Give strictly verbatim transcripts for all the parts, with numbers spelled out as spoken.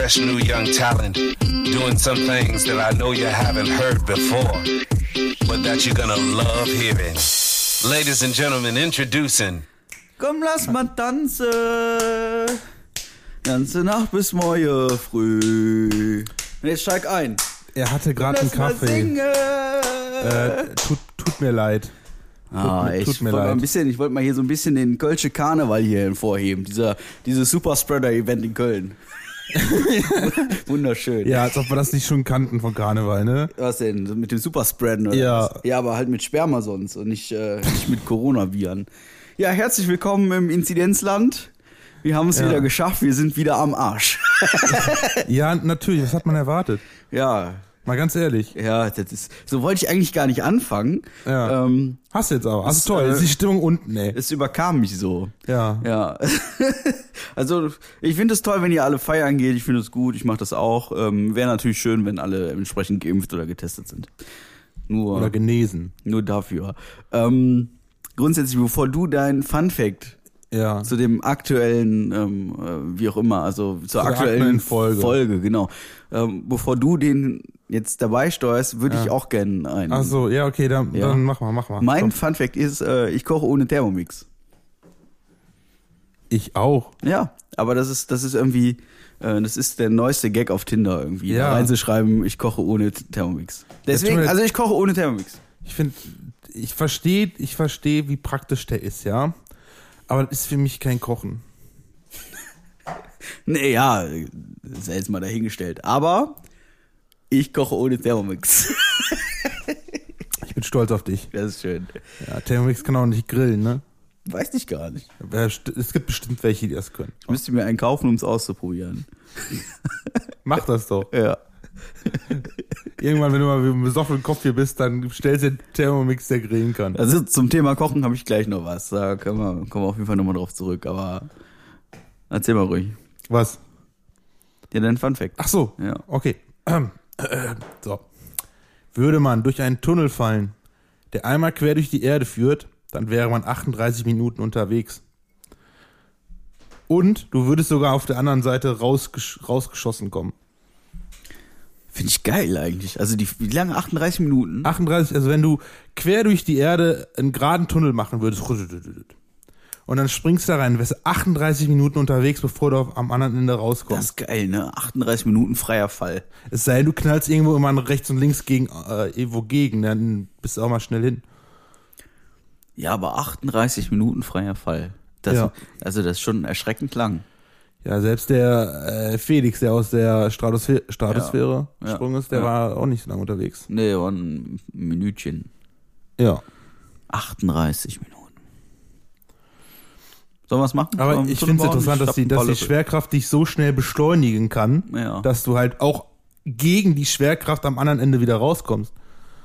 fresh new young talent doing some things that I know you haven't heard before, but that you're gonna love hearing. Ladies and gentlemen, introducing. Komm, lass mal tanzen. Ganze Nacht bis morgen früh. Jetzt steig ein. Er hatte gerade einen Kaffee. Äh, tut, tut mir leid. Ah, tut mir, ich tut mir wollte mal leid. ein bisschen, ich wollte mal hier so ein bisschen den Kölsche Karneval hier hervorheben. Dieser, dieses Superspreader-Event in Köln. Wunderschön. Ja, als ob wir das nicht schon kannten von Karneval, ne? Was denn? So mit dem Superspreaden oder Ja. was? Ja, aber halt mit Sperma sonst und nicht, äh, nicht mit Coronaviren. Ja, herzlich willkommen im Inzidenzland. Wir haben es Ja. wieder geschafft, wir sind wieder am Arsch. Ja, natürlich, was hat man erwartet? Ja, Mal ganz ehrlich. ja, das ist, so wollte ich eigentlich gar nicht anfangen. Ja. Ähm, Hast du jetzt aber. Das, Also toll, äh, jetzt ist die Stimmung unten, ey. es überkam mich so. Ja. Ja. Also, ich finde es toll, wenn ihr alle feiern geht. Ich finde es gut, ich mache das auch. Ähm, Wäre natürlich schön, wenn alle entsprechend geimpft oder getestet sind. Nur, Oder genesen. nur dafür. Ähm, grundsätzlich, bevor du dein Fun-Fact Ja. zu dem aktuellen, ähm, äh, wie auch immer, also zur der aktuellen, aktuellen Folge. Folge, genau. Ähm, bevor du den jetzt dabei steuerst, würde Ja. ich auch gerne einen. Ach so, ja, okay, dann, Ja. dann mach mal, mach mal. Mein Komm. Fun-Fact ist, äh, ich koche ohne Thermomix. Ich auch. Ja, aber das ist, das ist irgendwie, äh, das ist der neueste Gag auf Tinder irgendwie. Ja. Da reinzuschreiben, ich koche ohne Thermomix. Deswegen, tut mir- also ich koche ohne Thermomix. Ich finde, ich verstehe, ich verstehe, wie praktisch der ist, ja. Aber das ist für mich kein Kochen. Nee, ja, das ist ja jetzt mal dahingestellt. Aber ich koche ohne Thermomix. Ich bin stolz auf dich. Das ist schön. Ja, Thermomix kann auch nicht grillen, ne? Weiß ich gar nicht. Aber Es gibt bestimmt welche, die das können. Ich müsste mir einen kaufen, um es auszuprobieren. Mach das doch. Ja. Irgendwann, wenn du mal mit einem besoffenen Kopf hier bist, dann stellst du den Thermomix, der grillen kann. Also zum Thema Kochen habe ich gleich noch was. Da können wir, kommen wir auf jeden Fall nochmal drauf zurück. Aber erzähl mal ruhig. Was? Ja, dein Funfact. Ach so, Ja. okay. Ähm, äh, so. Würde man durch einen Tunnel fallen, der einmal quer durch die Erde führt, dann wäre man achtunddreißig Minuten unterwegs. Und du würdest sogar auf der anderen Seite rausgesch- rausgeschossen kommen. Finde ich geil eigentlich. Also die, wie lange? achtunddreißig Minuten? achtunddreißig, also wenn du quer durch die Erde einen geraden Tunnel machen würdest und dann springst du da rein, wärst du achtunddreißig Minuten unterwegs, bevor du auf, am anderen Ende Das rauskommst. ist geil, ne? achtunddreißig Minuten freier Fall. Es sei denn, du knallst irgendwo immer rechts und links gegen, äh, irgendwo gegen, dann bist du auch mal schnell hin. Ja, aber achtunddreißig Minuten freier Fall. Das, Ja. Also das ist schon erschreckend lang. Ja, selbst der äh, Felix, der aus der Stratosphäre, Stratosphäre Ja. Ja. gesprungen ist, der Ja. war auch nicht so lange unterwegs. Nee, war ein Minütchen. Ja. achtunddreißig Minuten. Sollen wir was machen? Aber Sollen wir ich zum finde es Bauen? interessant, dass die, schnappen dass die Palle. Schwerkraft dich so schnell beschleunigen kann, Ja. dass du halt auch gegen die Schwerkraft am anderen Ende wieder rauskommst.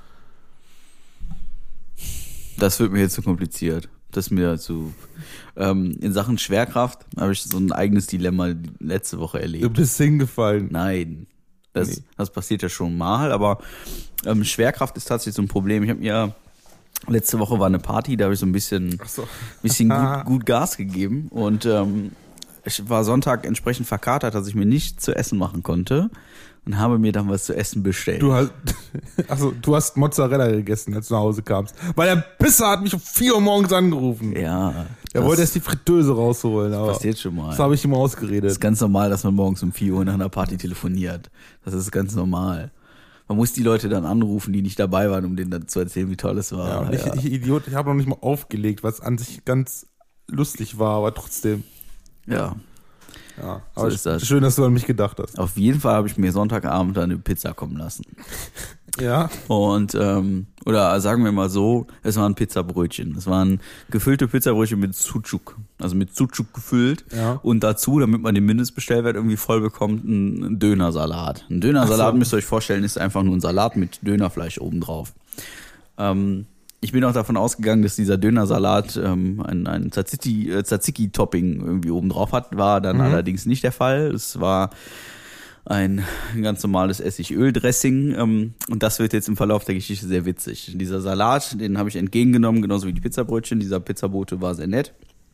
Das wird mir jetzt zu kompliziert. Das ist mir zu. Ähm, in Sachen Schwerkraft habe ich so ein eigenes Dilemma letzte Woche Du erlebt. bist hingefallen. Nein. Das, Nee. das passiert ja schon mal, aber ähm, Schwerkraft ist tatsächlich so ein Problem. Ich habe mir letzte Woche war eine Party, da habe ich so ein bisschen, Ach so. bisschen gut, gut Gas gegeben und ähm, ich war Sonntag entsprechend verkatert, dass ich mir nichts zu essen machen konnte und habe mir dann was zu essen bestellt. Du hast, also du hast Mozzarella gegessen, als du nach Hause kamst. Weil der Pisser hat mich um vier Uhr morgens angerufen. ja, Er wollte erst die Fritteuse rausholen, aber passiert schon mal. das habe ich ihm Das ausgeredet. ist ganz normal, dass man morgens um vier Uhr nach einer Party telefoniert. Das ist ganz normal. Man muss die Leute dann anrufen, die nicht dabei waren, um denen dann zu erzählen, wie toll es war. Ja, und ich, Ja. ich Idiot, ich habe noch nicht mal aufgelegt, was an sich ganz lustig war, aber trotzdem. ja. Ja, So aber ist das. schön, dass du an mich gedacht hast. Auf jeden Fall habe ich mir Sonntagabend eine Pizza kommen lassen. Ja, Und, ähm, oder sagen wir mal so, es waren Pizzabrötchen. Es waren gefüllte Pizzabrötchen mit Sucuk. Also mit Sucuk gefüllt. Ja. Und dazu, damit man den Mindestbestellwert irgendwie voll bekommt, ein Dönersalat. Ein Dönersalat, Ach so. müsst ihr euch vorstellen, ist einfach nur ein Salat mit Dönerfleisch obendrauf. Ähm, ich bin auch davon ausgegangen, dass dieser Dönersalat ähm, ein, ein Tzatziki, äh, Tzatziki-Topping irgendwie obendrauf hat. War dann Mhm. allerdings nicht der Fall. Es war ein ganz normales Essigöl-Dressing ähm, und das wird jetzt im Verlauf der Geschichte sehr witzig. Dieser Salat, den habe ich entgegengenommen, genauso wie die Pizzabrötchen. Dieser Pizzabote war sehr nett.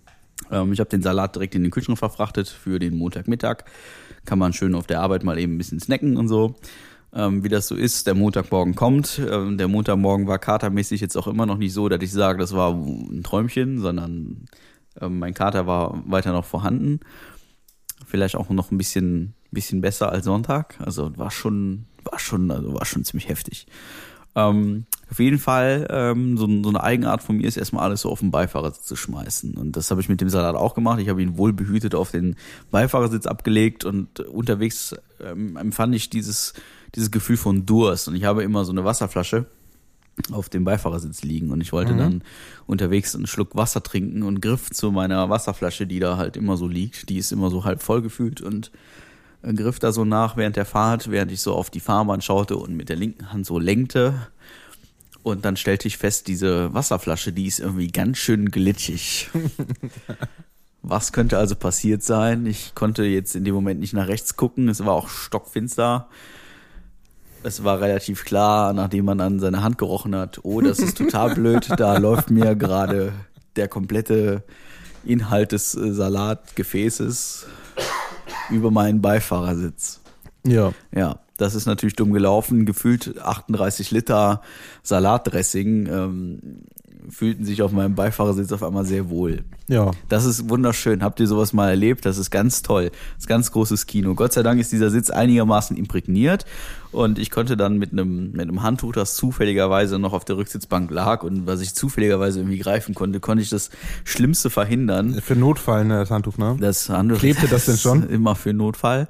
Ähm, ich habe den Salat direkt in den Kühlschrank verfrachtet für den Montagmittag. Kann man schön auf der Arbeit mal eben ein bisschen snacken und so. Ähm, wie das so ist, der Montagmorgen kommt. Ähm, der Montagmorgen war katermäßig jetzt auch immer noch nicht so, dass ich sage, das war ein Träumchen, sondern ähm, mein Kater war weiter noch vorhanden. Vielleicht auch noch ein bisschen, bisschen besser als Sonntag. Also war schon, war schon, also war schon ziemlich heftig. Ähm, auf jeden Fall, ähm, so, so eine Eigenart von mir ist erstmal alles so auf den Beifahrersitz zu schmeißen. Und das habe ich mit dem Salat auch gemacht. Ich habe ihn wohlbehütet auf den Beifahrersitz abgelegt und unterwegs ähm, empfand ich dieses, dieses Gefühl von Durst. Und ich habe immer so eine Wasserflasche auf dem Beifahrersitz liegen und ich wollte mhm. dann unterwegs einen Schluck Wasser trinken und griff zu meiner Wasserflasche, die da halt immer so liegt. Die ist immer so halb voll gefüllt und griff da so nach während der Fahrt, während ich so auf die Fahrbahn schaute und mit der linken Hand so lenkte. Und dann stellte ich fest, diese Wasserflasche, die ist irgendwie ganz schön glitschig. Was könnte also passiert sein? Ich konnte jetzt in dem Moment nicht nach rechts gucken. Es war auch stockfinster. Es war relativ klar, nachdem man an seine Hand gerochen hat, oh, das ist total blöd. Da läuft mir gerade der komplette Inhalt des Salatgefäßes über meinen Beifahrersitz. Ja. Ja, das ist natürlich dumm gelaufen. Gefühlt achtunddreißig Liter Salatdressing ähm, fühlten sich auf meinem Beifahrersitz auf einmal sehr wohl. Ja. Das ist wunderschön. Habt ihr sowas mal erlebt? Das ist ganz toll. Das ist ganz großes Kino. Gott sei Dank ist dieser Sitz einigermaßen imprägniert und ich konnte dann mit einem mit einem Handtuch, das zufälligerweise noch auf der Rücksitzbank lag und was ich zufälligerweise irgendwie greifen konnte, konnte ich das Schlimmste verhindern. Für Notfall, ne, das Handtuch, ne? Das Handtuch. Klebte das denn schon? Immer für Notfall.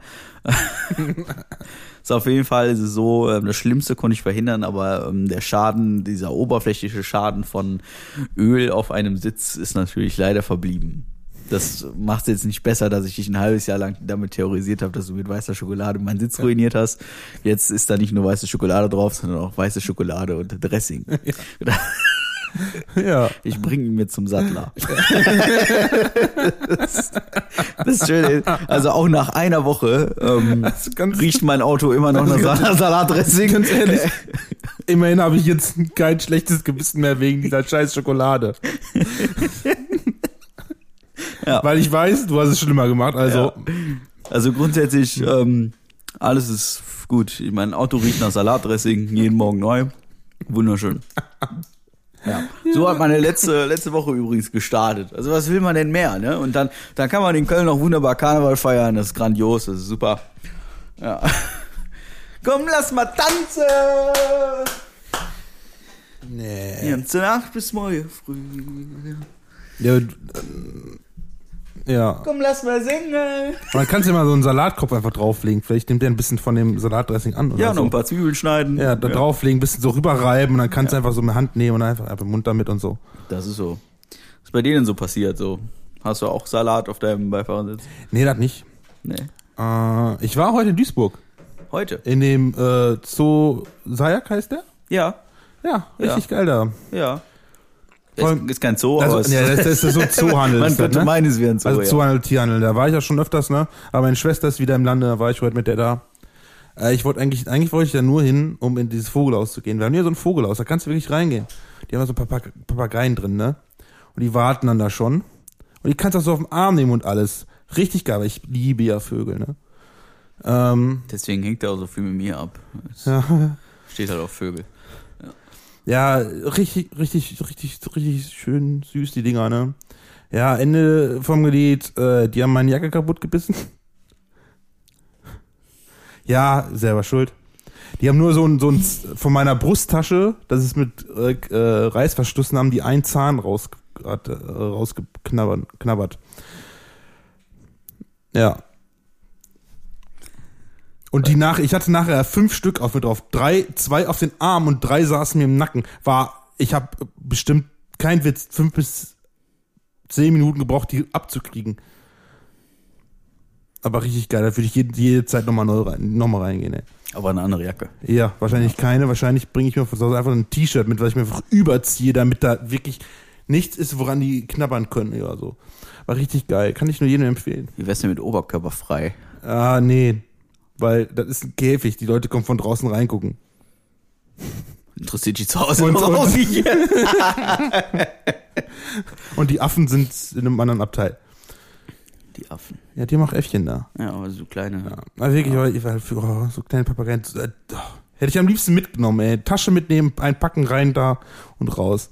So, auf jeden Fall ist es so, ähm, das Schlimmste konnte ich verhindern, aber ähm, der Schaden, dieser oberflächliche Schaden von Öl auf einem Sitz ist natürlich leider verblieben. Das macht es jetzt nicht besser, dass ich dich ein halbes Jahr lang damit terrorisiert habe, dass du mit weißer Schokolade meinen Sitz ruiniert hast. Jetzt ist da nicht nur weiße Schokolade drauf, sondern auch weiße Schokolade und Dressing. Ja. Ja. Ich bringe ihn mir zum Sattler. das, das Schöne ist, also auch nach einer Woche ähm, riecht mein Auto immer noch nach Sal- Salatdressing. Ganz ehrlich, immerhin habe ich jetzt kein schlechtes Gewissen mehr wegen dieser scheiß Schokolade. Ja. Weil ich weiß, du hast es schlimmer gemacht, also. Ja. Also grundsätzlich, ähm, alles ist gut. Mein Auto riecht nach Salatdressing, jeden Morgen neu. Wunderschön. Ja. So hat meine letzte letzte Woche übrigens gestartet. Also was will man denn mehr, ne? Und dann dann kann man in Köln noch wunderbar Karneval feiern, das ist grandios, das ist super. Ja. Komm, lass mal tanzen! Nee. Ganze Nacht bis morgen früh. Ja, äh, ja. Komm, lass mal singen! Man kann ja mal so einen Salatkopf einfach drauflegen. Vielleicht nimmt der ein bisschen von dem Salatdressing an. Oder Ja, so. noch ein paar Zwiebeln schneiden. Ja, da ja. drauflegen, ein bisschen so rüberreiben und dann kannst du Ja. einfach so mit Hand nehmen und einfach, einfach Mund damit und so. Das ist so. Was ist bei denen so passiert? So, hast du auch Salat auf deinem Beifahrersitz? Nee, das nicht. Nee. Äh, ich war heute in Duisburg. Heute? In dem äh, Zoo Sayak heißt der? Ja, Ja, richtig geil da. ja. Vor Ist, allem- ist kein Zoo, Also, aber es ja, das, das ist so Zoohandel. man ist das, könnte ne? meinen, es wäre ein Zoo, Also ja. Zoohandel, Tierhandel. Da war ich ja schon öfters, ne? Aber meine Schwester ist wieder im Lande, da war ich heute mit der da. Äh, ich wollte eigentlich, eigentlich wollte ich da nur hin, um in dieses Vogelhaus zu gehen. Wir haben hier so ein Vogelhaus, da kannst du wirklich reingehen. Die haben da so Papag- Papageien drin, ne? Und die warten dann da schon. Und die kannst du auch so auf den Arm nehmen und alles. Richtig geil, weil ich liebe ja Vögel, ne? Ähm, Deswegen hängt er auch so viel mit mir ab. Es ja. steht halt auf Vögel. Ja, richtig, richtig, richtig, richtig schön süß, die Dinger, ne? Ja, Ende vom Lied, äh, die haben meine Jacke kaputt gebissen. Ja, selber schuld. Die haben nur so ein, so ein, von meiner Brusttasche, das ist mit äh, äh, Reißverschlüssen, haben die einen Zahn raus, hat, äh, rausgeknabbert. Knabbert. Ja. Und die nach, ich hatte nachher fünf Stück auf mir drauf. Drei, zwei auf den Arm und drei saßen mir im Nacken. War, ich habe bestimmt, kein Witz, fünf bis zehn Minuten gebraucht, die abzukriegen. Aber richtig geil, da würde ich jede, jede Zeit nochmal neu rein, noch mal reingehen, ey. Aber eine andere Jacke. Ja, wahrscheinlich keine. Wahrscheinlich bringe ich mir von zu Hause einfach ein T-Shirt mit, was ich mir einfach überziehe, damit da wirklich nichts ist, woran die knabbern können oder so. War richtig geil. Kann ich nur jedem empfehlen. Wie wär's denn mit Oberkörper frei? Ah, nee. Weil das ist ein Käfig. Die Leute kommen von draußen reingucken. Interessiert dich zu Hause Und- noch und- aus wie hier? Und die Affen sind in einem anderen Abteil. Die Affen. Ja, die haben auch Äffchen da. Ja, aber so kleine. Ja. Also wirklich, ja. ich war für oh, so kleine Papageien. Äh, oh, hätte ich am liebsten mitgenommen, ey. Tasche mitnehmen, einpacken, rein da und raus.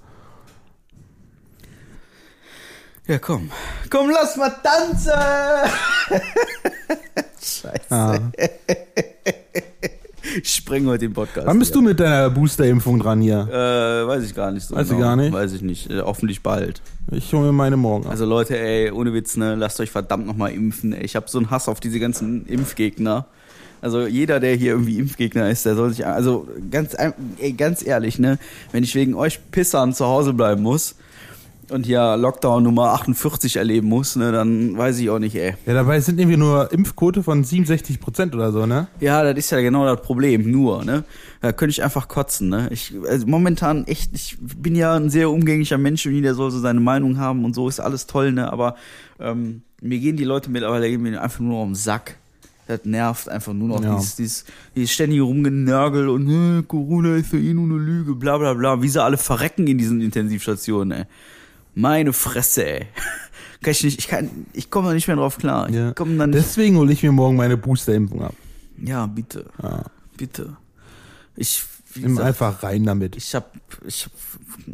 Ja, komm. Komm, lass mal tanzen! Scheiße. Ja. Ich sprenge heute den Podcast. Wann bist hier. du mit deiner Boosterimpfung dran hier? Äh, weiß ich gar nicht so Weiß genau. ich gar nicht? Weiß ich nicht. Äh, hoffentlich bald. Ich hole mir meine morgen ab. Also Leute, ey, ohne Witz, ne, lasst euch verdammt nochmal impfen. Ich habe so einen Hass auf diese ganzen Impfgegner. Also jeder, der hier irgendwie Impfgegner ist, der soll sich, also ganz, ey, ganz ehrlich, ne, wenn ich wegen euch Pissern zu Hause bleiben muss und hier Lockdown Nummer achtundvierzig erleben muss, ne, dann weiß ich auch nicht, ey. Ja, dabei sind irgendwie nur Impfquote von siebenundsechzig Prozent oder so, ne? Ja, das ist ja genau das Problem, nur, ne. Da könnte ich einfach kotzen, ne. Ich, also momentan echt, ich bin ja ein sehr umgänglicher Mensch und jeder soll so seine Meinung haben und so, ist alles toll, ne, aber ähm, mir gehen die Leute mittlerweile irgendwie einfach nur auf den Sack. Das nervt einfach nur noch, ja. dieses, dieses, dieses ständige Rumgenörgel und äh, Corona ist ja eh nur eine Lüge, bla bla bla, wie sie alle verrecken in diesen Intensivstationen, ey. Meine Fresse, ey. Kann ich nicht, ich kann, ich komme da nicht mehr drauf klar. Ich Ja. komm dann Deswegen hole ich mir morgen meine Boosterimpfung ab. Ja, bitte. Ja. Bitte. Ich, wie Nimm gesagt, einfach rein damit. ich hab, ich hab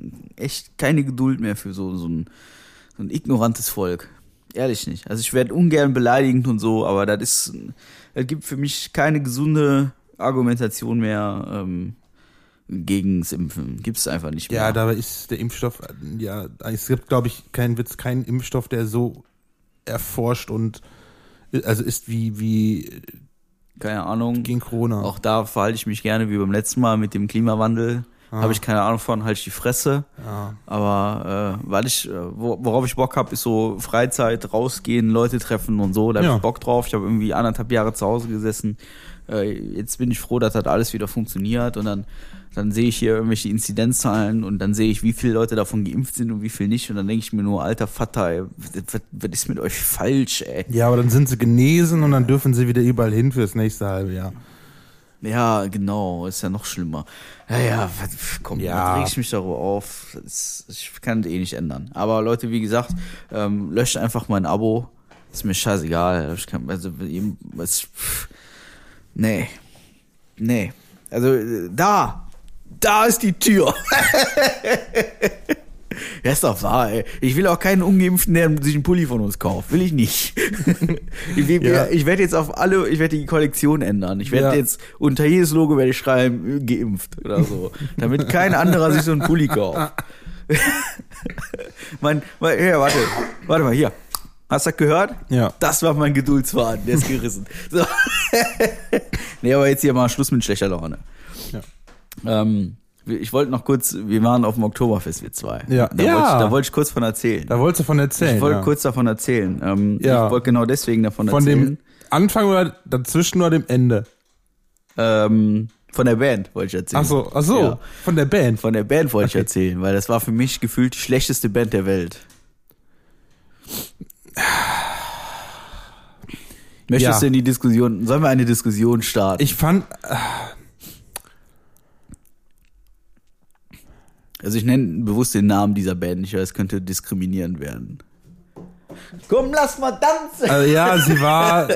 echt keine Geduld mehr für so, so ein, so ein ignorantes Volk. Ehrlich nicht. Also ich werde ungern beleidigend und so, aber das ist, das gibt für mich keine gesunde Argumentation mehr ähm, gegens Impfen. Gibt es einfach nicht mehr. Ja, dabei ist der Impfstoff, ja, es gibt, glaube ich, keinen Witz, keinen Impfstoff, der so erforscht und also ist wie, wie Keine Ahnung. gegen Corona. Auch da verhalte ich mich gerne wie beim letzten Mal mit dem Klimawandel. Ah. Habe ich keine Ahnung von, halte ich die Fresse. Ja. Aber äh, weil ich, äh, wo, worauf ich Bock habe, ist so Freizeit, rausgehen, Leute treffen und so. Da habe Ja. ich Bock drauf. Ich habe irgendwie anderthalb Jahre zu Hause gesessen. Äh, jetzt bin ich froh, dass das alles wieder funktioniert. Und dann, dann sehe ich hier irgendwelche Inzidenzzahlen und dann sehe ich, wie viele Leute davon geimpft sind und wie viel nicht. Und dann denke ich mir nur, alter Vater, ey, was, was ist mit euch falsch, ey? Ja, aber dann sind sie genesen und dann dürfen sie wieder überall hin fürs nächste halbe Jahr. Ja, genau, ist ja noch schlimmer. Ja, ja, komm, Ja. da reg ich mich darüber auf. Das ist, ich kann das eh nicht ändern. Aber Leute, wie gesagt, ähm, löscht einfach mein Abo. Ist mir scheißegal. Ich kann, also, was, pff, nee. Nee. Also, äh, da. Da ist die Tür. Ja, ist doch wahr, ey. Ich will auch keinen Ungeimpften, der sich einen Pulli von uns kauft. Will ich nicht. ich Ja. ich werde jetzt auf alle, ich werde die Kollektion ändern. Ich werde Ja. jetzt unter jedes Logo werde ich schreiben, äh, geimpft oder so. Damit kein anderer sich so einen Pulli kauft. mein, mein, ja, warte, warte mal, hier. Hast du das gehört? Ja. Das war mein Geduldsfaden, der ist gerissen. So. Nee, aber jetzt hier mal Schluss mit schlechter Laune. Ja. Ähm, ich wollte noch kurz, wir waren auf dem Oktoberfest, wir zwei. Ja. Da, Ja. Wollte ich, da wollte ich kurz von erzählen. Da wolltest du von erzählen. Ich wollte ja. kurz davon erzählen. Ähm, Ja. Ich wollte genau deswegen davon Von erzählen. dem Anfang oder dazwischen oder dem Ende? Ähm, von der Band wollte ich erzählen. Ach so, ach so, Ja. von der Band. Von der Band wollte Okay. ich erzählen, weil das war für mich gefühlt die schlechteste Band der Welt. Möchtest Ja. du in die Diskussion, sollen wir eine Diskussion starten? Ich fand, also ich nenne bewusst den Namen dieser Band nicht, weil es könnte diskriminierend werden. Komm, lass mal tanzen! also ja, sie war,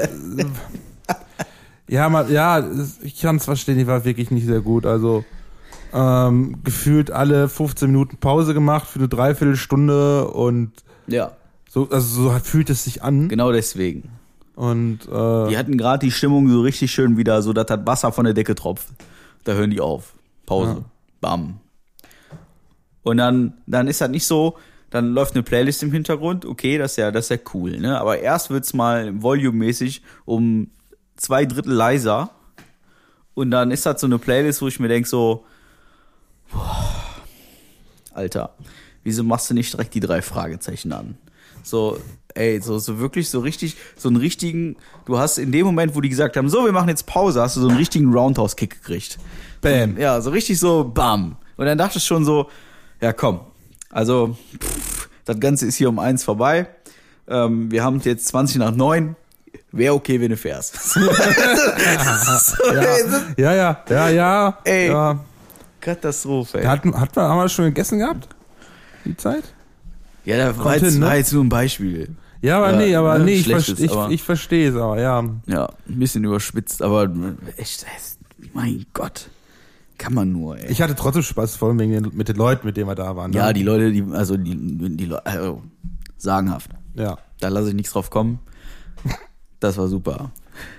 ja, mal, ja, ich kann es verstehen, die war wirklich nicht sehr gut. Also ähm, gefühlt alle fünfzehn Minuten Pause gemacht für eine Dreiviertelstunde und Ja, so, also so hat, fühlt es sich an. genau deswegen. Und äh, Die hatten gerade die Stimmung so richtig schön wieder, so dass das Wasser von der Decke tropft. Da hören die auf. Pause. Ja. Bam. Und dann, dann ist das nicht so, dann läuft eine Playlist im Hintergrund, okay, das ist ja, das ist ja cool, ne? Aber erst wird's mal volumemäßig um zwei Drittel leiser. Und dann ist das so eine Playlist, wo ich mir denk so, boah, Alter, wieso machst du nicht direkt die drei Fragezeichen an? So, ey, so, so wirklich, so richtig, so einen richtigen, du hast in dem Moment, wo die gesagt haben, so, wir machen jetzt Pause, hast du so einen richtigen Roundhouse-Kick gekriegt. Bam. Ja, so richtig so, bam. Und dann dachte ich schon so, ja komm, also, pff, das Ganze ist hier um eins vorbei. Ähm, wir haben jetzt zwanzig nach neun. Wäre okay, wenn du fährst. so, ja, ja, ja, ja, ja. Ey. Ja. Katastrophe, ey. Hat, hat man, haben wir schon gegessen gehabt? Die Zeit? Ja, da war Kommt jetzt, hin, ne? war jetzt nur ein Beispiel. Ja, aber Ja, nee, aber ne, nee, ich, schlecht verste- ist, ich, aber- ich verstehe es aber, ja. Ja, ein bisschen überspitzt, aber echt, mein Gott. Kann man nur, ey. Ich hatte trotzdem Spaß, vor allem wegen den, mit den Leuten, mit denen wir da waren. Ne? Ja, die Leute, die, also die, die Leute, also, sagenhaft. Ja. Da lasse ich nichts drauf kommen. Das war super.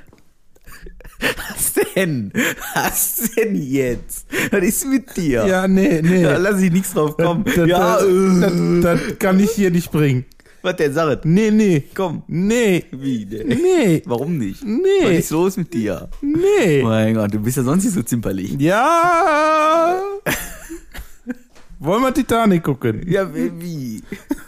Was denn? Was denn jetzt? Was ist mit dir? Ja, nee, nee. Da lasse ich nichts drauf kommen. Das, ja, das, äh, das, das kann ich hier nicht bringen. was denn, sag es. Nee, nee. Komm. Nee. Wie denn? Nee. Warum nicht? Nee. Was ist los mit dir? Nee. Mein Gott, du bist ja sonst nicht so zimperlich. Ja. Wollen wir Titanic gucken? Ja, wie?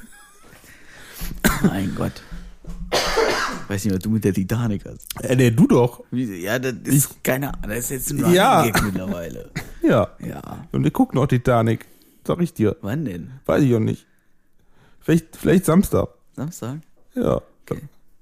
Mein Gott. Weiß nicht, was du mit der Titanic hast. Äh, nee, du doch. Wie- Ja, das ist keine Ahnung. Das ist jetzt nur Ja. ein Gag mittlerweile. Ja. Ja. Und wir gucken auch Titanic. Sag ich dir. Wann denn? Weiß ich auch nicht. Vielleicht, vielleicht Samstag. Samstag? Ja. Okay.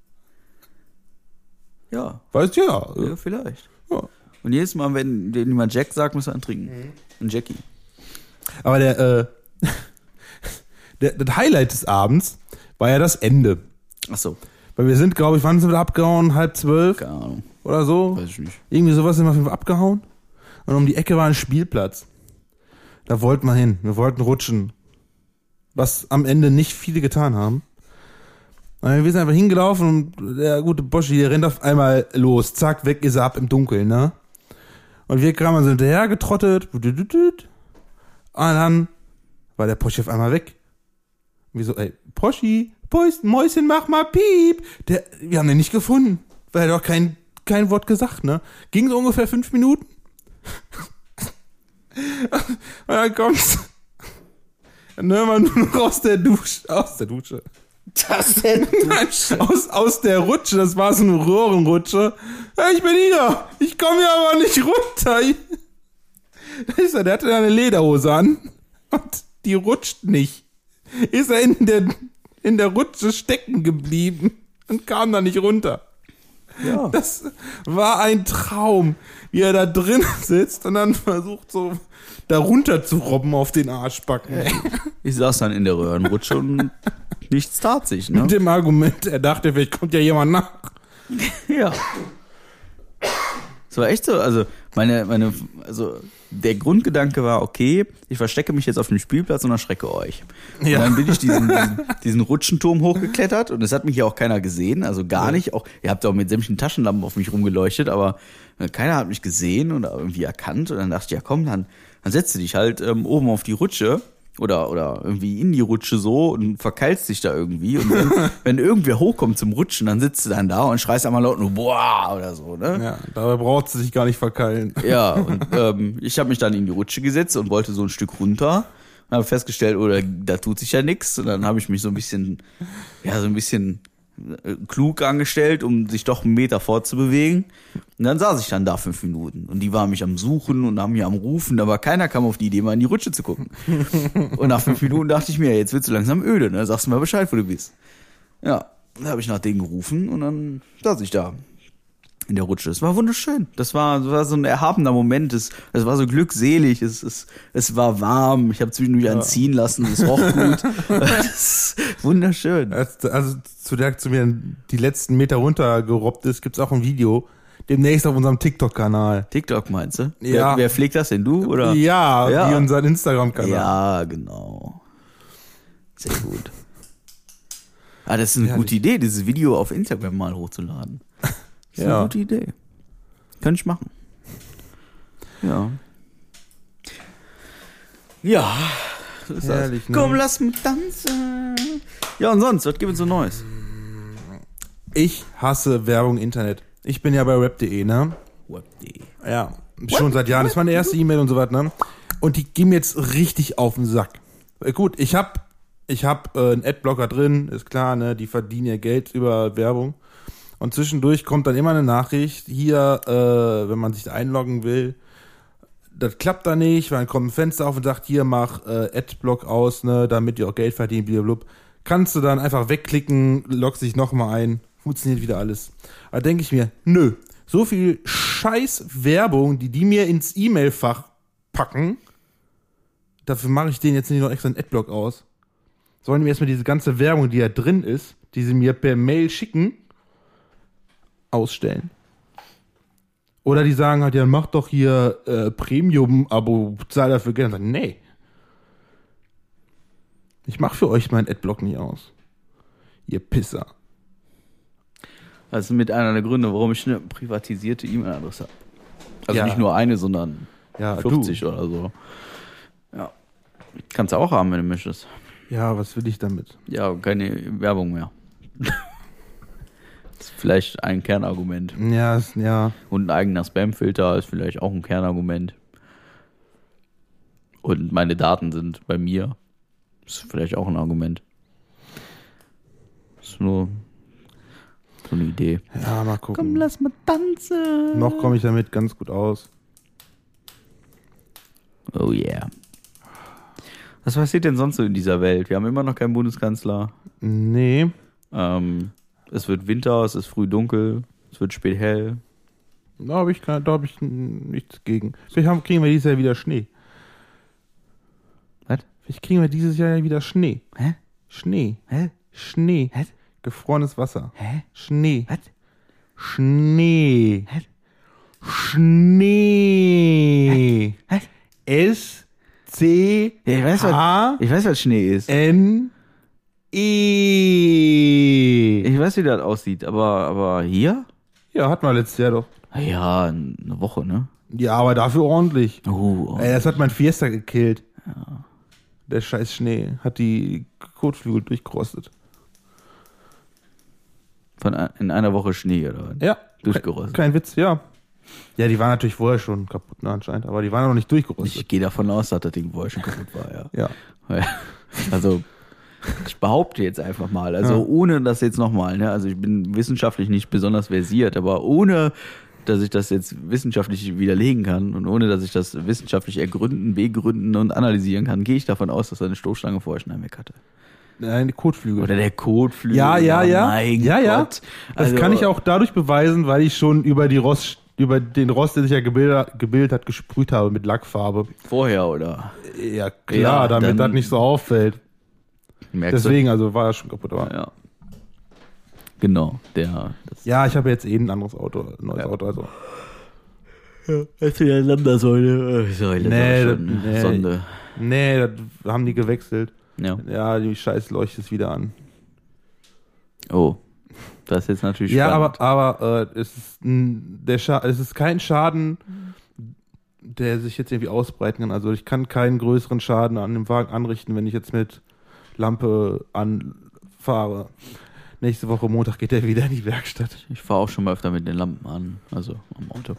Ja. Weißt du, ja. Ja, vielleicht. ja. Und jedes Mal, wenn wenn jemand Jack sagt, muss er antrinken. Ein Jackie. Aber der, äh, der, das Highlight des Abends war ja das Ende. Ach so. Weil wir sind, glaube ich, wann sind wir abgehauen? Halb zwölf Keine Ahnung. oder so? Weiß ich nicht. Irgendwie sowas sind wir auf jeden Fall abgehauen. Und um die Ecke war ein Spielplatz. Da wollten wir hin. Wir wollten rutschen. Was am Ende nicht viele getan haben. Aber wir sind einfach hingelaufen und der gute Boschi, der rennt auf einmal los. Zack, weg ist er ab im Dunkeln, ne? Und wir kamen so hinterher getrottet. Und dann war der Boschi auf einmal weg. Und wir so, ey, Boschi, Mäuschen, mach mal Piep. Der, wir haben den nicht gefunden. Weil er doch kein, kein Wort gesagt, ne? Ging so ungefähr fünf Minuten. Und dann kommt's. Dann hören wir nur noch aus der Dusche. Aus der Dusche. Das denn? Nein, aus, aus der Rutsche. Das war so eine Röhrenrutsche. Ja, ich bin hier. Ich komme hier aber nicht runter. Da ist er, der hatte da eine Lederhose an. Und die rutscht nicht. Ist er in der, in der Rutsche stecken geblieben. Und kam da nicht runter. Ja. Das war ein Traum, wie er da drin sitzt und dann versucht so da runter zu robben auf den Arschbacken. Ich saß dann in der Röhrenrutsche und nichts tat sich, ne? Mit dem Argument, er dachte, vielleicht kommt ja jemand nach. Ja. Es war echt so, also meine, meine, also der Grundgedanke war, okay, ich verstecke mich jetzt auf dem Spielplatz und erschrecke euch. Ja. Und dann bin ich diesen, diesen, diesen Rutschenturm hochgeklettert und es hat mich ja auch keiner gesehen, also gar Ja. nicht. Auch ihr habt auch mit sämtlichen Taschenlampen auf mich rumgeleuchtet, aber keiner hat mich gesehen oder irgendwie erkannt. Und dann dachte ich, ja komm, dann, dann setzt du dich halt ähm, oben auf die Rutsche. Oder, oder irgendwie in die Rutsche so und verkeilst dich da irgendwie. Und wenn, wenn irgendwer hochkommt zum Rutschen, dann sitzt du dann da und schreist einmal laut nur boah oder so, ne? Ja, dabei braucht sie sich gar nicht verkeilen. Ja, und ähm, ich habe mich dann in die Rutsche gesetzt und wollte so ein Stück runter. Und habe festgestellt, oder da tut sich ja nichts. Und dann habe ich mich so ein bisschen, ja, so ein bisschen äh, klug angestellt, um sich doch einen Meter fortzubewegen. Und dann saß ich dann da fünf Minuten. Und die waren mich am Suchen und haben mich am Rufen, aber keiner kam auf die Idee, mal in die Rutsche zu gucken. Und nach fünf Minuten dachte ich mir, jetzt wird's so langsam öde, ne? Sagst du mal Bescheid, wo du bist. Ja, dann habe ich nach denen gerufen und dann saß ich da in der Rutsche. Es war wunderschön. Das war, das war so ein erhabener Moment. Es, es war so glückselig. Es, es, es war warm. Ich habe zwischendurch Ja. einen ziehen lassen. Es roch gut. Das ist wunderschön. Als, also zu der zu mir die letzten Meter runtergerobbt ist, gibt's auch ein Video. Demnächst auf unserem TikTok-Kanal. TikTok meinst du? Ja. Wer, wer pflegt das denn? Du oder? Ja, Ja. wie unseren Instagram-Kanal. Ja, genau. Sehr gut. Ah, das ist eine Ja, gute Idee, dieses Video auf Instagram mal hochzuladen. Das ist Ja. eine gute Idee. Könnte ich machen. Ja. Ja. So ist Herrlich, das. ne? Komm, lass mich tanzen. Ja, und sonst, was gibt es so Neues? Ich hasse Werbung im Internet. Ich bin ja bei web punkt de, ne? Web.de. Ja, schon seit Jahren. Das ist meine erste E-Mail und so was, ne? Und die gehen mir jetzt richtig auf den Sack. Äh, Gut, ich hab, ich hab äh, einen Adblocker drin, ist klar, ne? Die verdienen ja Geld über Werbung. Und zwischendurch kommt dann immer eine Nachricht, hier, äh, wenn man sich einloggen will, das klappt da nicht, weil dann kommt ein Fenster auf und sagt, hier, mach äh, Adblock aus, ne, damit ihr auch Geld verdient, blablabla. Kannst du dann einfach wegklicken, loggst dich nochmal ein, funktioniert wieder alles. Da denke ich mir, nö, so viel scheiß Werbung, die die mir ins E-Mail-Fach packen, dafür mache ich denen jetzt nicht noch extra einen Adblock aus. Sollen die mir erstmal diese ganze Werbung, die da drin ist, die sie mir per Mail schicken, ausstellen. Oder die sagen halt, ja, mach doch hier äh, Premium-Abo, zahl dafür Geld. Und sagen, nee. Ich mach für euch meinen Adblock nicht aus. Ihr Pisser. Das ist mit einer der Gründe, warum ich eine privatisierte E-Mail-Adresse habe. Also Ja. nicht nur eine, sondern Ja, fünfzig du. oder so. Ja. Kannst du auch haben, wenn du möchtest. Ja, was will ich damit? Ja, keine Werbung mehr. Das ist vielleicht ein Kernargument. Ja, ist, ja. Und ein eigener Spam-Filter ist vielleicht auch ein Kernargument. Und meine Daten sind bei mir. Ist vielleicht auch ein Argument. Ist nur so eine Idee. Ja, mal gucken. Komm, lass mal tanzen. Noch komme ich damit ganz gut aus. Oh yeah. Was passiert denn sonst so in dieser Welt? Wir haben immer noch keinen Bundeskanzler. Nee. Ähm, es wird Winter, es ist früh dunkel, es wird spät hell. Da habe ich, kein- da hab ich nichts gegen. Vielleicht haben, kriegen wir dieses Jahr wieder Schnee. Was? Vielleicht kriegen wir dieses Jahr ja wieder Schnee. Hä? Schnee. Hä? Schnee. Hä? Gefrorenes Wasser. Hä? Schnee. Was? Schnee. Hä? Schnee. Hä? S C Ja, ich weiß, was, H ich weiß, was Schnee ist. N E. Ich weiß, wie das aussieht, aber, aber hier? Ja, hatten wir letztes Jahr doch. Ja, eine Woche, ne? Ja, aber dafür ordentlich. Oh, Ey, das hat mein Fiesta gekillt. Der scheiß Schnee hat die Kotflügel durchgerostet. Von ein, in einer Woche Schnee, oder was? Ja. Durchgerostet. Kein, kein Witz, ja. Ja, die waren natürlich vorher schon kaputt, ne, anscheinend, aber die waren noch nicht durchgerostet. Ich gehe davon aus, dass das Ding vorher schon kaputt war, ja. Ja. Also, ich behaupte jetzt einfach mal, also Ja. ohne das jetzt nochmal, ne, also ich bin wissenschaftlich nicht besonders versiert, aber ohne, dass ich das jetzt wissenschaftlich widerlegen kann und ohne, dass ich das wissenschaftlich ergründen, begründen und analysieren kann, gehe ich davon aus, dass eine Stoßstange vorher schon einen weg hatte. Nein, die Kotflügel. Oder der Kotflügel. Ja, ja, ja. Mein ja, ja. Gott. Das Also, kann ich auch dadurch beweisen, weil ich schon über die Rost, über den Rost, der sich ja gebildet, gebildet hat, gesprüht habe mit Lackfarbe. Vorher, oder? Ja, klar, Ja, damit dann- das nicht so auffällt. Merkst Deswegen, also war er schon kaputt. Aber du? Ja. Genau, der. Das ja, ich habe jetzt eh ein anderes Auto, ein neues Ja. Auto, also. Hast du ja Landersäule? Äh, Säule, Nee, sag ich schon, das- nee. Sonde. Nee, das haben die gewechselt. Ja. Ja, die Scheiß leuchtet wieder an. Oh. Das ist jetzt natürlich Ja, spannend. aber, aber äh, es, ist ein, der Scha es ist kein Schaden, der sich jetzt irgendwie ausbreiten kann. Also ich kann keinen größeren Schaden an dem Wagen anrichten, wenn ich jetzt mit Lampe anfahre. Nächste Woche Montag geht er wieder in die Werkstatt. Ich fahre auch schon mal öfter mit den Lampen an, also am Auto.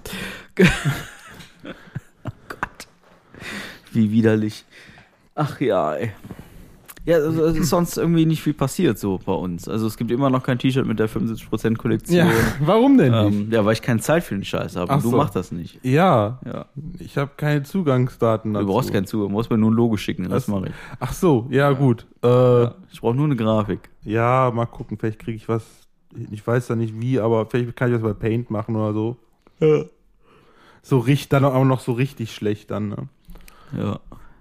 Oh Gott. Wie widerlich. Ach ja, ey. Ja, also es ist sonst irgendwie nicht viel passiert so bei uns. Also es gibt immer noch kein T-Shirt mit der fünfundsiebzig Prozent Kollektion. warum denn nicht? Ähm, ja, weil ich keine Zeit für den Scheiß habe. Ach Und du so. machst das nicht. Ja, Ja. ich habe keine Zugangsdaten dazu. Du brauchst keinen Zugang, du musst mir nur ein Logo schicken, das Das- mache ich. Ach so, ja gut. Äh, ja. Ich brauche nur eine Grafik. mal gucken, vielleicht kriege ich was. Ich weiß da nicht wie, aber vielleicht kann ich das bei Paint machen oder so. So richtig, dann auch noch so richtig schlecht dann, ne? Ja.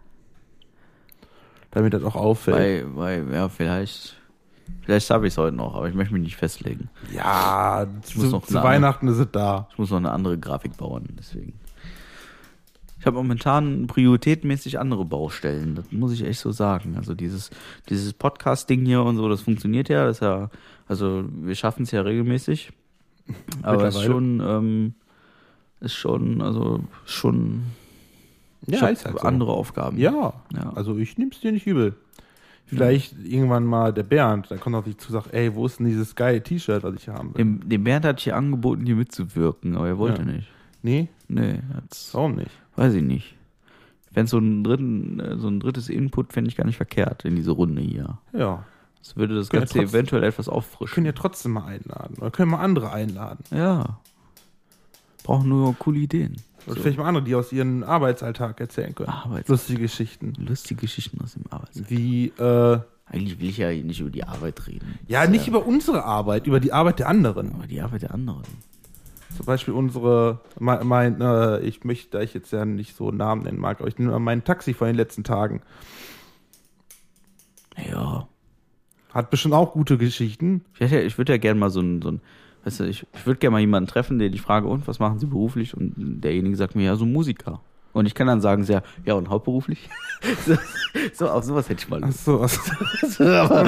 Damit das auch auffällt. Bei, bei, ja, vielleicht. Vielleicht habe ich es heute noch, aber ich möchte mich nicht festlegen. Ja, muss zu, noch zu eine Weihnachten ist es da. Ich muss noch eine andere Grafik bauen, deswegen. Ich habe momentan prioritätmäßig andere Baustellen, das muss ich echt so sagen. Also dieses, dieses Podcast-Ding hier und so, das funktioniert ja, das ist ja, also wir schaffen es ja regelmäßig. Aber es ist schon, ähm, ist schon, also schon, ich Ja, hab ist halt so. andere Aufgaben. Ja, Ja. also ich nehm's dir nicht übel. Vielleicht irgendwann mal der Bernd, da kommt auf dich zu und sagt, ey, wo ist denn dieses geile T-Shirt, was ich haben will? Dem, dem Bernd hat hier angeboten, hier mitzuwirken, aber er wollte Ja. nicht. Nee, Nee, hat's, warum nicht? weiß ich nicht. Wenn so ein dritten, äh, so ein drittes Input fände ich gar nicht verkehrt in diese Runde hier. Ja, Das würde das Können ja Ganze trotzdem- eventuell etwas wir auffrischen. können ja trotzdem mal einladen. Oder können mal andere einladen. Ja. Brauchen nur coole Ideen. Oder So. vielleicht mal andere, die aus ihrem Arbeitsalltag erzählen können. Arbeits Lustige Geschichten. lustige Geschichten aus dem Arbeitsalltag. Wie, äh, Eigentlich will ich ja nicht über die Arbeit reden. ja, Das nicht ist über unsere Arbeit, über die Arbeit der anderen. über die Arbeit der anderen. Zum Beispiel unsere, mein, mein äh, ich möchte, da ich jetzt ja nicht so Namen nennen mag, aber ich nehme mal mein Taxi von den letzten Tagen. Ja. Hat bestimmt auch gute Geschichten. Ich, hätte, ich würde ja gerne mal so ein, so ein weißt du, ich, ich würde gerne mal jemanden treffen, den ich frage, und was machen Sie beruflich? Und derjenige sagt mir, ja, so Musiker. Und ich kann dann sagen, sehr, ja, und hauptberuflich? so, so, auf sowas hätte ich mal Lust. Ach so, so, aber,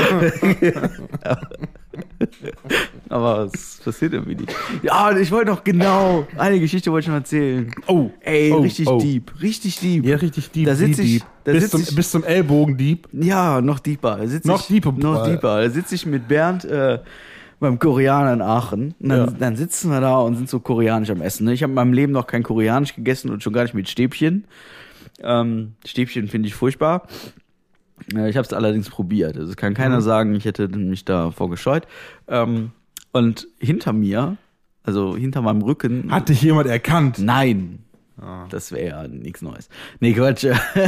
aber es passiert irgendwie nicht. Ja, ich wollte noch genau, eine Geschichte wollte ich noch erzählen. Oh, ey, oh, richtig oh. deep, richtig deep. Ja, richtig deep. Da sitze ich, deep. da bis, sitz zum, ich, bis zum Ellbogen deep. Ja, noch deeper. Da sitz Noch ich, deeper. Noch deeper. Da sitze ich mit Bernd, äh, beim Koreaner in Aachen. Und dann, Ja. dann sitzen wir da und sind so koreanisch am Essen. Ich habe in meinem Leben noch kein Koreanisch gegessen und schon gar nicht mit Stäbchen. Ähm, Stäbchen finde ich furchtbar. Äh, ich habe es allerdings probiert. Also kann keiner Mhm. sagen, ich hätte mich davor gescheut. Ähm, und hinter mir, also hinter meinem Rücken... Hat dich jemand erkannt? Nein. Ah. Das wäre ja nichts Neues. Nee, Quatsch.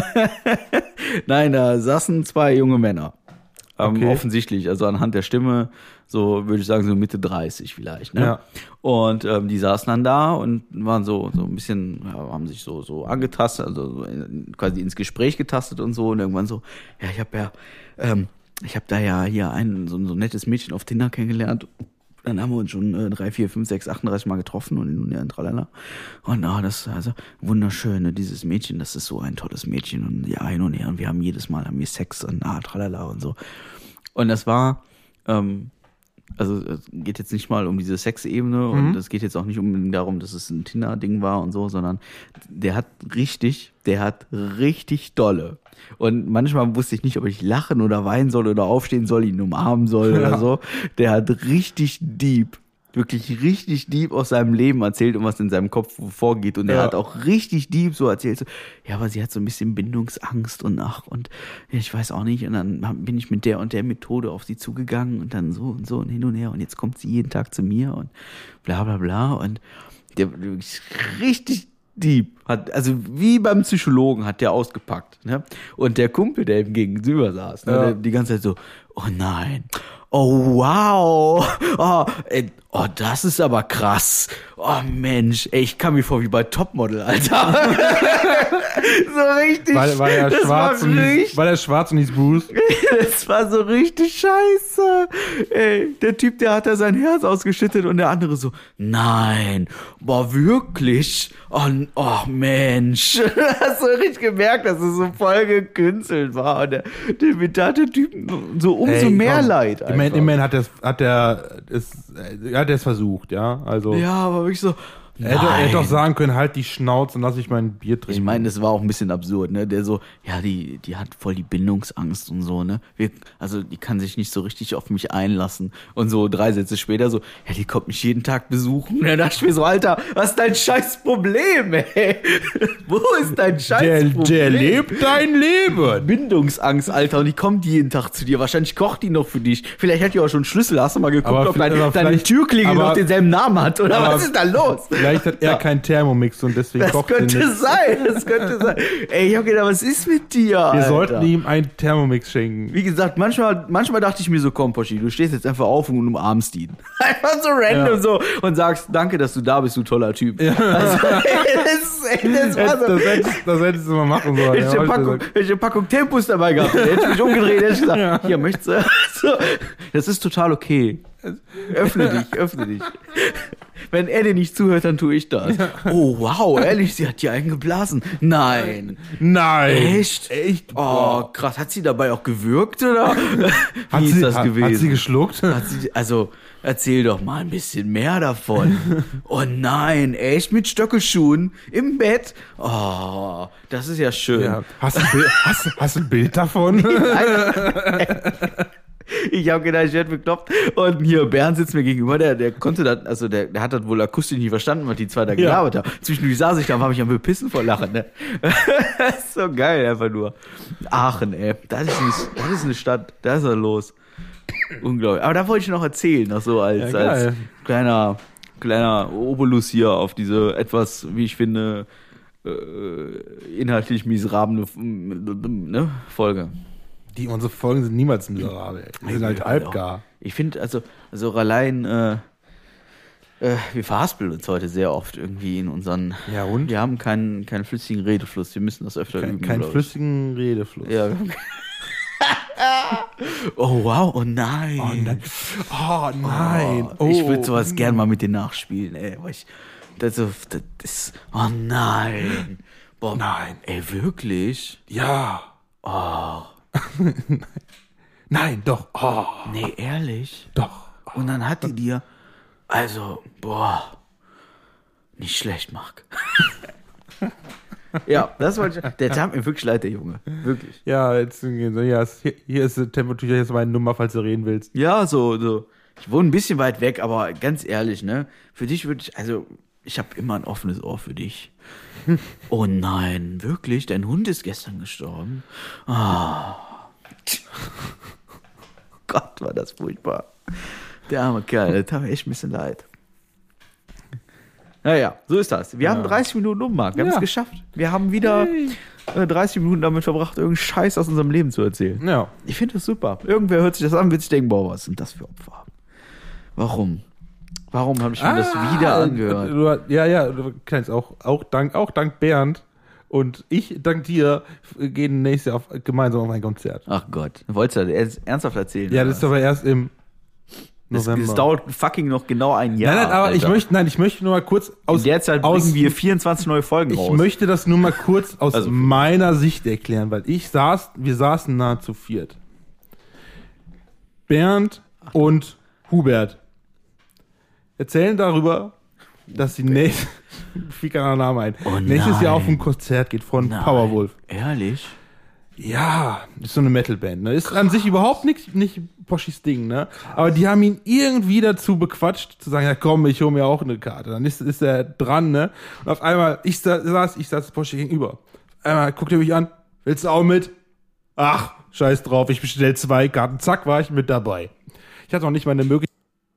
Nein, da saßen zwei junge Männer. Ähm, Okay. Offensichtlich, also anhand der Stimme, so würde ich sagen, so Mitte dreißig vielleicht. Ne? Ja. Und ähm, die saßen dann da und waren so so ein bisschen, ja, haben sich so so angetastet, also so in, quasi ins Gespräch getastet und so. Und irgendwann so, ja, ich habe ja, ähm, ich habe da ja hier ein so, so ein nettes Mädchen auf Tinder kennengelernt. Dann haben wir uns schon äh, drei, vier, fünf, sechs, achtunddreißig Mal getroffen und nun ja in Tralala. Und ah, das also wunderschön, ne, dieses Mädchen, das ist so ein tolles Mädchen und ja, hin und her. Und wir haben jedes Mal haben wir Sex und ah, Tralala und so. Und das war, ähm, also es geht jetzt nicht mal um diese Sexebene und Mhm. es geht jetzt auch nicht unbedingt darum, dass es ein Tinder-Ding war und so, sondern der hat richtig, der hat richtig dolle. Und manchmal wusste ich nicht, ob ich lachen oder weinen soll oder aufstehen soll, ihn umarmen soll Ja. oder so. Der hat richtig deep, wirklich richtig deep aus seinem Leben erzählt und was in seinem Kopf vorgeht. Und er Ja. hat auch richtig deep so erzählt, so, ja, aber sie hat so ein bisschen Bindungsangst und ach, und ja, ich weiß auch nicht. Und dann hab- bin ich mit der und der Methode auf sie zugegangen und dann so und so und hin und her. Und jetzt kommt sie jeden Tag zu mir und bla bla bla. Und der wirklich richtig deep hat, also wie beim Psychologen hat der ausgepackt, ne? Und der Kumpel, der ihm gegenüber saß, ne, Ja. der, die ganze Zeit so, oh nein, oh wow, oh, ey, oh, das ist aber krass, oh Mensch, ey, ich kam mir vor wie bei Topmodel, Alter. So richtig, Weil, weil er das schwarz war und hieß, richtig, weil er schwarz und hieß Bruce. das war so richtig scheiße. Ey, der Typ, der hat da sein Herz ausgeschüttet und der andere so, nein, boah, wirklich? Oh, oh Mensch. Hast du richtig gemerkt, dass es so voll gekünstelt war. Und der, der, der hat der Typ so umso Ey, mehr komm. Leid Immerhin, einfach. immerhin hat er hat er es er hat es versucht, ja. Also Ja, aber wirklich so, er, hätte, er hätte doch nein. sagen können, halt die Schnauze und lass ich mein Bier trinken. Ich meine, das war auch ein bisschen absurd, ne? Der so, ja, die, die hat voll die Bindungsangst und so, ne? Wir, also die kann sich nicht so richtig auf mich einlassen. Und so drei Sätze später so, ja, die kommt mich jeden Tag besuchen. Und dann dachte ich mir so, Alter, was ist dein scheiß Problem, ey? Wo ist dein scheiß der, Problem? der lebt dein Leben. Bindungsangst, Alter, und die kommt jeden Tag zu dir. Wahrscheinlich kocht die noch für dich. Vielleicht hat die auch schon Schlüssel. Hast du mal geguckt, Aber ob dein, aber deine vielleicht- Türklingel aber- noch denselben Namen hat? Oder aber- was ist da los? Vielleicht hat er keinen Thermomix und deswegen Das kocht er könnte nicht. sein, das könnte sein. Ey, ich hab gedacht, was ist mit dir, Wir Alter? sollten ihm einen Thermomix schenken. Wie gesagt, manchmal, manchmal dachte ich mir so, komm, Poschi, du stehst jetzt einfach auf und umarmst ihn. Einfach so random Ja. so und sagst, danke, dass du da bist, du toller Typ. Also, ey, das, ey, das war Das, so. das, hättest, das hättest du mal machen sollen. Hätte ich ja, eine hab ich Packung, gesagt. hätte ich eine Packung Tempus dabei gehabt. Hätte ich mich umgedreht, hätte ich gesagt, Ja. hier, möchtest du? So, das ist total okay. Öffne dich, öffne dich. Wenn er dir nicht zuhört, dann tue ich das. Oh, wow, ehrlich, sie hat dir einen geblasen. Nein. Nein. Echt? Echt? Oh, krass. Hat sie dabei auch gewürgt, oder? Wie Hat ist sie, das hat, gewesen? Hat sie geschluckt? Hat sie, also, erzähl doch mal ein bisschen mehr davon. Oh nein, echt mit Stöckelschuhen im Bett? Oh, das ist ja schön. Ja. Hast, du ein Bild, hast, hast du ein Bild davon? Ich habe gedacht, ich werde bekloppt. Und hier, Bernd sitzt mir gegenüber, der, der konnte das, also der, der hat das wohl akustisch nicht verstanden, was die zwei da Ja. gelabert haben. Zwischendurch saß ich da und habe mich am Bepissen vor Lachen, ne? Das ist so geil, einfach nur. Aachen, ey. Das ist eine, das ist eine Stadt, da ist er los. Unglaublich. Aber da wollte ich noch erzählen, noch so als, Ja, als geil. kleiner, kleiner Obolus hier auf diese etwas, wie ich finde, äh, inhaltlich miserable ne, Folge. Die, unsere Folgen sind niemals miserabel. ey. Die sind halt halbgar. Ich finde, also, also allein, äh, äh, wir verhaspeln uns heute sehr oft irgendwie in unseren. Ja, und? Wir haben keinen, keinen flüssigen Redefluss. Wir müssen das öfter Kein, üben. kein glaub ich. flüssigen Redefluss. Ja, wir haben Oh, wow, oh nein. Oh nein. Oh, nein. Oh, ich Oh. würde sowas gern mal mit dir nachspielen, ey. Aber ich, das, das, das ist, oh nein. Boah, Nein. Ey, wirklich? Ja. Oh, Nein, doch. Oh, nee, ehrlich? doch. Und dann hat die dir, also, boah, nicht schlecht, Marc. Ja, das wollte ich, der tat mir wirklich leid, der Junge. Wirklich. Ja, jetzt, ja, hier, hier ist die Temperatur, jetzt meine Nummer, falls du reden willst. Ja, so, so. Ich wohne ein bisschen weit weg, aber ganz ehrlich, ne? Für dich würde ich, also, ich habe immer ein offenes Ohr für dich. Oh nein, wirklich? Dein Hund ist gestern gestorben? Ah. Gott, war das furchtbar. Der arme Kerl, der tat mir echt ein bisschen leid. Naja, so ist das. Wir haben dreißig Minuten um, Marc. Wir haben Ja. es geschafft. Wir haben wieder Hey. äh, dreißig Minuten damit verbracht, irgendeinen Scheiß aus unserem Leben zu erzählen. Ja. Ich finde das super. Irgendwer hört sich das an, wird sich denken, boah, was sind das für Opfer? Warum? Warum habe ich mir das wieder angehört? Du, ja, ja, du kennst auch, auch dank, auch dank Bernd und ich dank dir gehen nächstes Jahr auf, gemeinsam auf ein Konzert. Ach Gott, wolltest du das ernsthaft erzählen? Ja, oder das ist was? aber erst im das, November. das dauert fucking noch genau ein Jahr. nein, nein, aber ich Alter. möchte, nein, ich möchte nur mal kurz aus, In der Zeit aus bringen wir vierundzwanzig neue Folgen ich raus. möchte das nur mal kurz aus Also- meiner Sicht erklären, weil ich saß, wir saßen nahezu viert. Bernd und Hubert erzählen darüber, dass sie nächstes, fiel keiner Name ein, Oh nächstes nein. Jahr auf ein Konzert geht von Nein. Powerwolf. Ehrlich? Ja, ist so eine Metalband, ne? Ist an sich überhaupt nicht, nicht Poschis Ding, ne? Aber die haben ihn irgendwie dazu bequatscht, zu sagen, ja komm, ich hole mir auch eine Karte. Dann ist, ist er dran, ne? Und auf einmal, ich sa- saß, ich saß Poschi gegenüber. Auf einmal guckt er mich an, willst du auch mit? Ach, scheiß drauf, ich bestell zwei Karten, zack, war ich mit dabei. Ich hatte noch nicht mal eine Möglichkeit.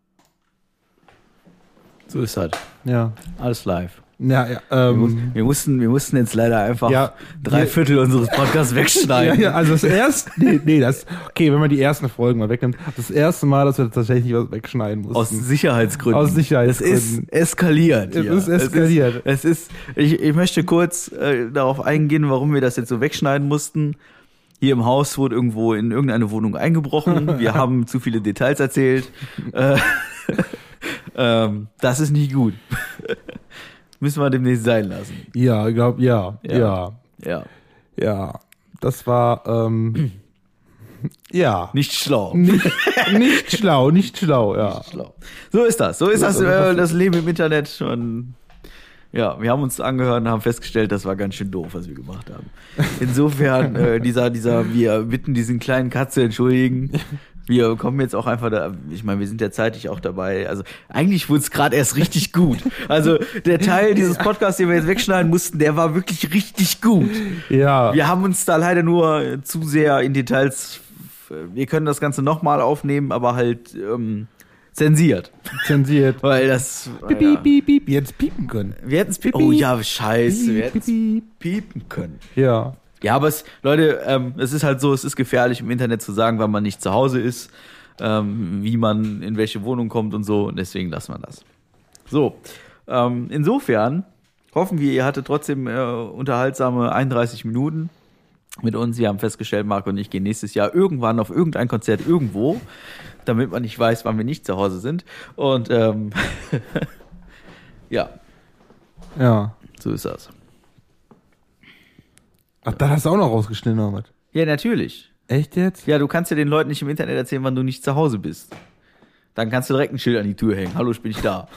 So ist das. Ja. Alles live. Ja, ja, Wir, muss, ähm, wir, mussten, wir mussten jetzt leider einfach Ja, drei wir- Viertel unseres Podcasts ja, wegschneiden. ja, also das erste, nee, nee, das, okay, wenn man die ersten Folgen mal wegnimmt, das erste Mal, dass wir tatsächlich was wegschneiden mussten. Aus Sicherheitsgründen. Aus Sicherheitsgründen. Es ist eskaliert. Es hier. ist eskaliert. Es ist, es ist ich, ich möchte kurz äh, darauf eingehen, warum wir das jetzt so wegschneiden mussten. Hier im Haus wurde irgendwo in irgendeine Wohnung eingebrochen. Wir haben zu viele Details erzählt. Äh, ähm, das ist nicht gut. Müssen wir demnächst sein lassen. Ja, ich glaube, ja, Ja. ja, Ja. ja. Das war, ähm, ja. Nicht schlau. Nicht, nicht schlau, nicht schlau, ja. schlau. So ist das. So ist das, äh, das Leben im Internet. Und ja, wir haben uns angehört und haben festgestellt, das war ganz schön doof, was wir gemacht haben. Insofern, äh, dieser, dieser, wir bitten diesen kleinen Cut zu entschuldigen. Wir kommen jetzt auch einfach da, ich meine, wir sind ja zeitlich auch dabei. Also eigentlich wurde es gerade erst richtig gut. Also der Teil dieses Podcasts, den wir jetzt wegschneiden mussten, der war wirklich richtig gut. Ja, Wir haben uns da leider nur zu sehr in Details, wir können das Ganze nochmal aufnehmen, aber halt ähm, zensiert. zensiert. Weil das, Piep, ja. piep, piep, piep. Jetzt piepen können. Wir hätten es Piep, oh piep. ja, scheiße, wir Piep, hätten piep, es piep. piepen können. Ja. Ja, aber es, Leute, ähm, es ist halt so, es ist gefährlich im Internet zu sagen, wann man nicht zu Hause ist, ähm, wie man in welche Wohnung kommt und so, und deswegen lassen wir das. So, ähm, insofern hoffen wir, ihr hattet trotzdem äh, unterhaltsame einunddreißig Minuten mit uns. Wir haben festgestellt, Marc und ich gehen nächstes Jahr irgendwann auf irgendein Konzert irgendwo, damit man nicht weiß, wann wir nicht zu Hause sind. Und ähm, ja, Ja. so ist das. Ach, da hast du auch noch rausgeschnitten, oder was? Ja, natürlich. Echt jetzt? Ja, du kannst ja den Leuten nicht im Internet erzählen, wann du nicht zu Hause bist. Dann kannst du direkt ein Schild an die Tür hängen. Hallo, ich bin nicht da.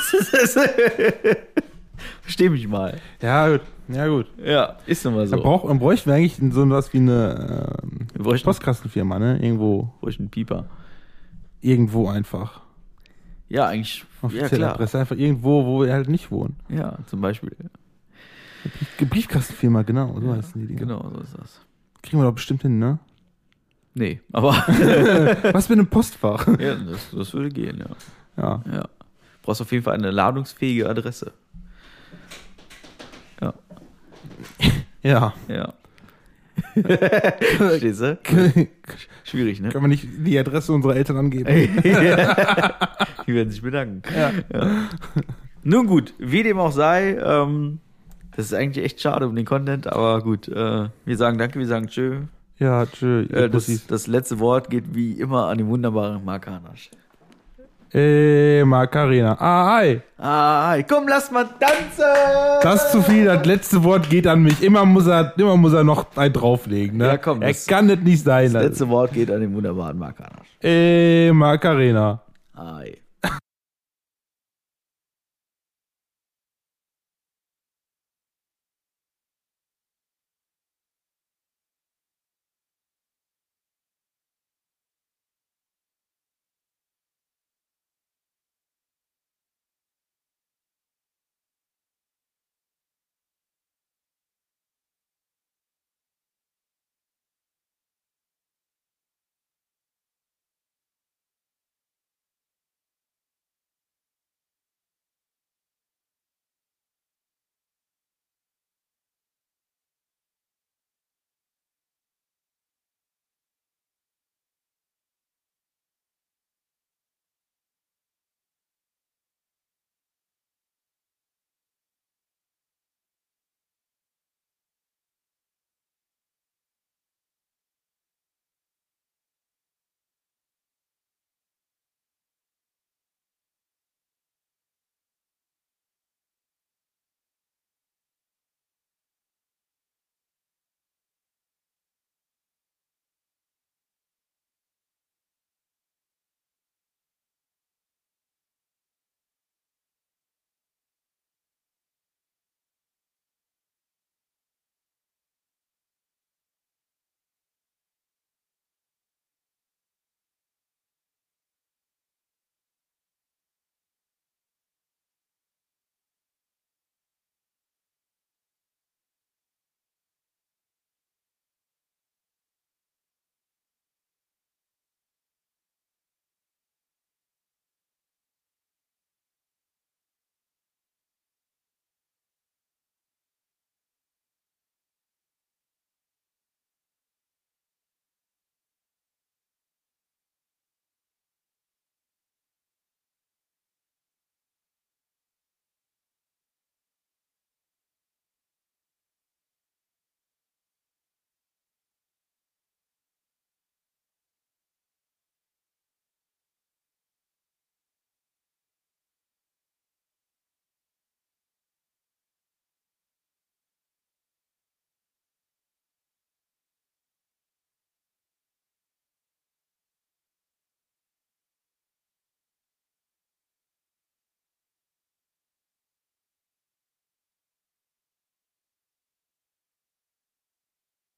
Versteh mich mal. Ja, gut. Ja, gut. Ja, ist nun mal so. Dann, brauch, dann bräuchten wir eigentlich so was wie eine ähm, Wir bräuchten, Postkastenfirma, ne? Irgendwo, bräuchten einen Pieper. irgendwo einfach. Ja, eigentlich. Ja, Offizielle klar. Adresse, einfach irgendwo, wo wir halt nicht wohnen. Ja, zum Beispiel. Briefkastenfirma, genau, so Ja, heißen die Dinger. Genau, so ist das. Kriegen wir doch bestimmt hin, ne? Nee, aber Was mit einem Postfach? ja, das, das würde gehen, ja. Ja. ja. Brauchst auf jeden Fall eine ladungsfähige Adresse. Ja. Ja. Ja. Verstehst du? Können Schwierig, ne? wir nicht die Adresse unserer Eltern angeben? Die werden sich bedanken. Ja. Ja. Nun gut, wie dem auch sei, ähm, das ist eigentlich echt schade um den Content, aber gut, äh, wir sagen danke, wir sagen tschö. Ja, tschö. Äh, das, das letzte Wort geht wie immer an den wunderbaren Mark Hanasch. Ey, Macarena. Ah, hi. Ah, komm, lass mal tanzen! Das ist zu viel, das letzte Wort geht an mich. Immer muss er, immer muss er noch ein drauflegen. Ne? Ja, komm, er das- kann das nicht sein. Das letzte Wort geht an den wunderbaren Mark Hanasch. Ey, Macarena. Ai.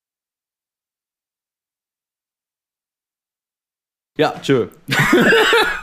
Ja, tschö.